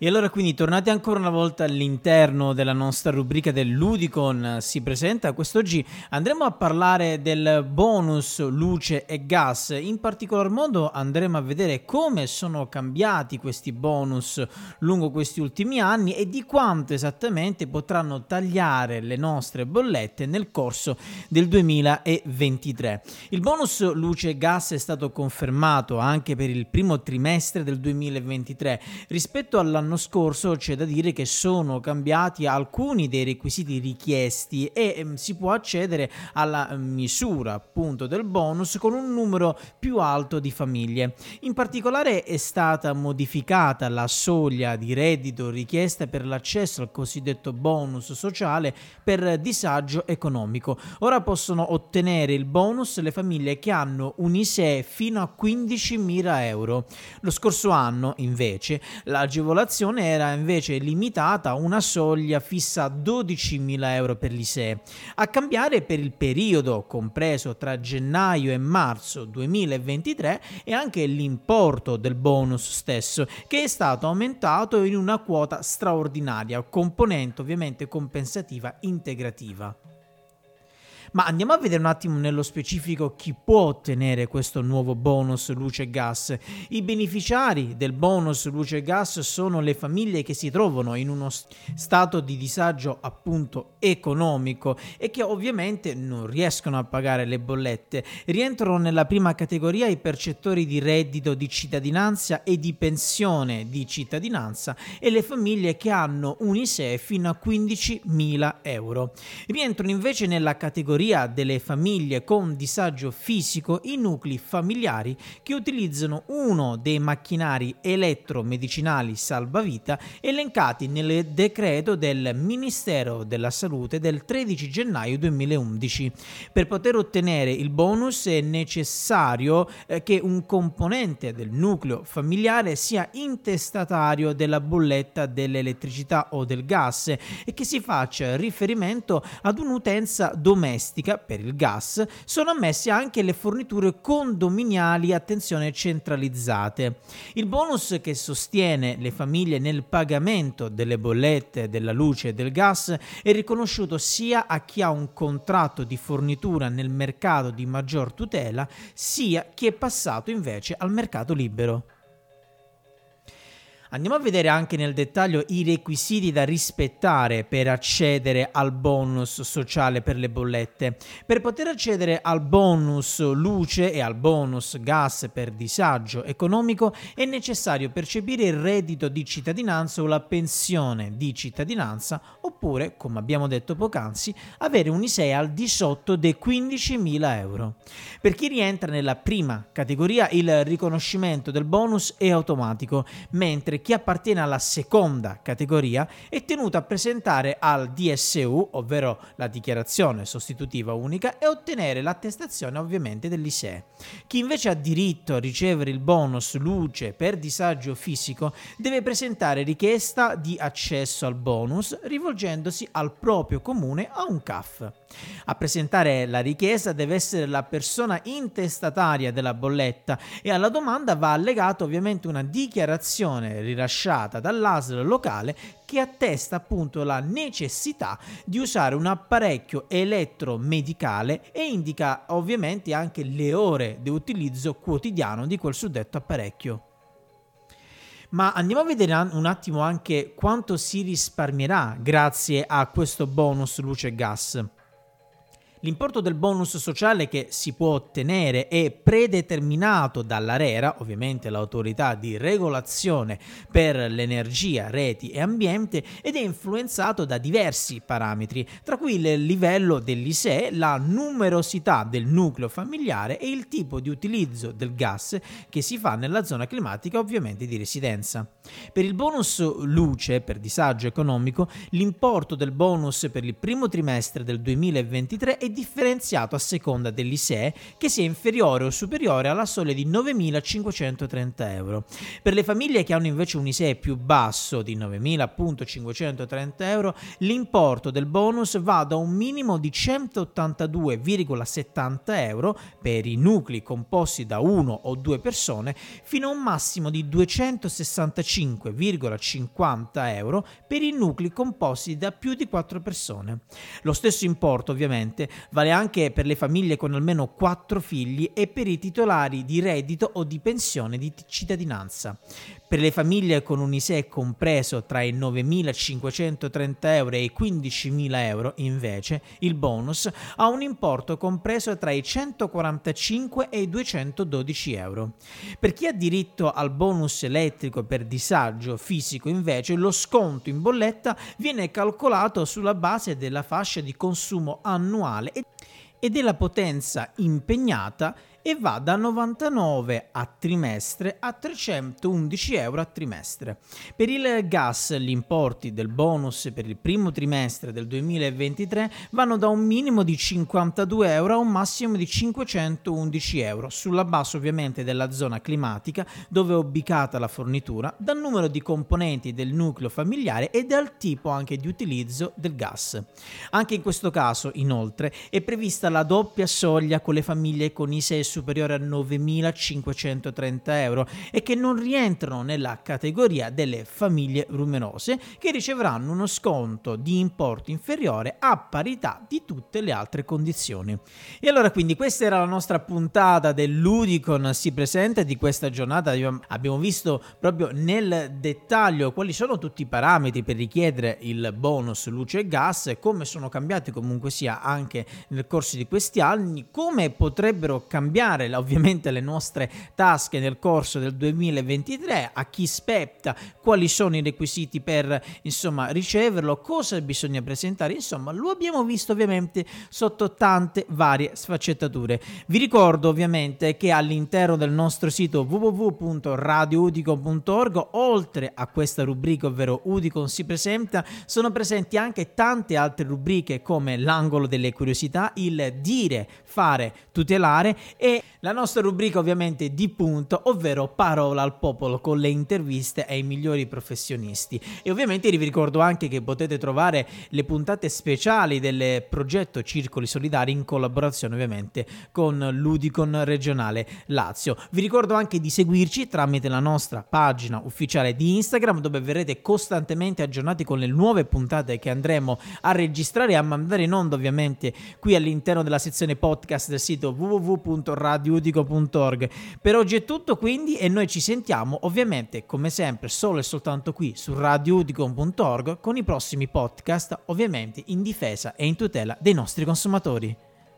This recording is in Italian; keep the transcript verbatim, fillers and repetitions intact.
E allora quindi tornati ancora una volta all'interno della nostra rubrica del Ludicon si presenta, quest'oggi andremo a parlare del bonus luce e gas. In particolar modo andremo a vedere come sono cambiati questi bonus lungo questi ultimi anni e di quanto esattamente potranno tagliare le nostre bollette nel corso del duemilaventitré. Il bonus luce e gas è stato confermato anche per il primo trimestre del duemilaventitré. Rispetto all'anno scorso c'è da dire che sono cambiati alcuni dei requisiti richiesti e ehm, si può accedere alla misura appunto del bonus con un numero più alto di famiglie. In particolare è stata modificata la soglia di reddito richiesta per l'accesso al cosiddetto bonus sociale per disagio economico. Ora possono ottenere il bonus le famiglie che hanno un I S E E fino a quindicimila euro. Lo scorso anno invece l'agevolazione era invece limitata a una soglia fissa a dodicimila euro per l'I S E E. A cambiare per il periodo compreso tra gennaio e marzo duemilaventitré è anche l'importo del bonus stesso, che è stato aumentato in una quota straordinaria, componente ovviamente compensativa integrativa. Ma andiamo a vedere un attimo nello specifico chi può ottenere questo nuovo bonus luce e gas. I beneficiari del bonus luce e gas sono le famiglie che si trovano in uno stato di disagio appunto economico e che ovviamente non riescono a pagare le bollette. Rientrano nella prima categoria i percettori di reddito di cittadinanza e di pensione di cittadinanza e le famiglie che hanno un I S E E fino a quindicimila euro. Rientrano invece nella categoria delle famiglie con disagio fisico i nuclei familiari che utilizzano uno dei macchinari elettromedicinali salvavita elencati nel decreto del Ministero della Salute del tredici gennaio duemilaundici. Per poter ottenere il bonus è necessario eh, che un componente del nucleo familiare sia intestatario della bolletta dell'elettricità o del gas e che si faccia riferimento ad un'utenza domestica. Per il gas sono ammesse anche le forniture condominiali, attenzione, centralizzate. Il bonus che sostiene le famiglie nel pagamento delle bollette della luce e del gas è riconosciuto sia a chi ha un contratto di fornitura nel mercato di maggior tutela, sia chi è passato invece al mercato libero. Andiamo a vedere anche nel dettaglio i requisiti da rispettare per accedere al bonus sociale per le bollette. Per poter accedere al bonus luce e al bonus gas per disagio economico è necessario percepire il reddito di cittadinanza o la pensione di cittadinanza oppure, come abbiamo detto poc'anzi, avere un I S E E al di sotto dei quindicimila euro. Per chi rientra nella prima categoria il riconoscimento del bonus è automatico, mentre chi appartiene alla seconda categoria è tenuto a presentare al D S U, ovvero la dichiarazione sostitutiva unica, e ottenere l'attestazione ovviamente dell'I S E E. Chi invece ha diritto a ricevere il bonus luce per disagio fisico deve presentare richiesta di accesso al bonus rivolgendosi al proprio comune a un C A F. A presentare la richiesta deve essere la persona intestataria della bolletta e alla domanda va allegata ovviamente una dichiarazione rilasciata dall'A S L locale che attesta appunto la necessità di usare un apparecchio elettromedicale e indica ovviamente anche le ore di utilizzo quotidiano di quel suddetto apparecchio. Ma andiamo a vedere un attimo anche quanto si risparmierà grazie a questo bonus luce e gas. L'importo del bonus sociale che si può ottenere è predeterminato dall'ARERA, ovviamente l'autorità di regolazione per l'energia, reti e ambiente, ed è influenzato da diversi parametri, tra cui il livello dell'I S E E, la numerosità del nucleo familiare e il tipo di utilizzo del gas che si fa nella zona climatica ovviamente di residenza. Per il bonus luce per disagio economico, l'importo del bonus per il primo trimestre del duemilaventitré è differenziato a seconda dell'I S E E che sia inferiore o superiore alla soglia di novemilacinquecentotrenta euro. Per le famiglie che hanno invece un I S E E più basso di novemilacinquecentotrenta euro, l'importo del bonus va da un minimo di centottantadue virgola settanta euro per i nuclei composti da uno o due persone fino a un massimo di duecentosessantacinque virgola cinquanta euro per i nuclei composti da più di quattro persone. Lo stesso importo ovviamente vale anche per le famiglie con almeno quattro figli e per i titolari di reddito o di pensione di cittadinanza. Per le famiglie con un I S E E compreso tra i novemilacinquecentotrenta euro e i quindicimila euro, invece, il bonus ha un importo compreso tra i centoquarantacinque e i duecentododici euro. Per chi ha diritto al bonus elettrico per disagio fisico, invece, lo sconto in bolletta viene calcolato sulla base della fascia di consumo annuale e della potenza impegnata e va da novantanove a trimestre a trecentoundici euro a trimestre. Per il gas gli importi del bonus per il primo trimestre del duemilaventitré vanno da un minimo di cinquantadue euro a un massimo di cinquecentoundici euro, sulla base ovviamente della zona climatica dove è ubicata la fornitura, dal numero di componenti del nucleo familiare e dal tipo anche di utilizzo del gas. Anche in questo caso, inoltre, è prevista la doppia soglia con le famiglie con I S E E superiore a novemilacinquecentotrenta euro e che non rientrano nella categoria delle famiglie numerose, che riceveranno uno sconto di importo inferiore a parità di tutte le altre condizioni. E allora quindi questa era la nostra puntata del Ludicon si presenta di questa giornata. Abbiamo visto proprio nel dettaglio quali sono tutti i parametri per richiedere il bonus luce e gas e come sono cambiati comunque sia anche nel corso di questi anni, come potrebbero cambiare ovviamente le nostre tasche nel corso del duemilaventitré, a chi spetta, quali sono i requisiti per insomma riceverlo, cosa bisogna presentare, insomma lo abbiamo visto ovviamente sotto tante varie sfaccettature. Vi ricordo ovviamente che all'interno del nostro sito w w w punto radio udicon punto org, oltre a questa rubrica ovvero Udicon si presenta, sono presenti anche tante altre rubriche come l'angolo delle curiosità, il dire, fare, tutelare e la nostra rubrica ovviamente di punto, ovvero parola al popolo con le interviste ai migliori professionisti. E ovviamente vi ricordo anche che potete trovare le puntate speciali del progetto Circoli Solidari in collaborazione ovviamente con l'Udicon regionale Lazio. Vi ricordo anche di seguirci tramite la nostra pagina ufficiale di Instagram, dove verrete costantemente aggiornati con le nuove puntate che andremo a registrare e a mandare in onda ovviamente qui all'interno della sezione podcast del sito w w w punto radio udicon punto org. Per oggi è tutto quindi e noi ci sentiamo ovviamente come sempre solo e soltanto qui su radio udicon punto org con i prossimi podcast, ovviamente in difesa e in tutela dei nostri consumatori.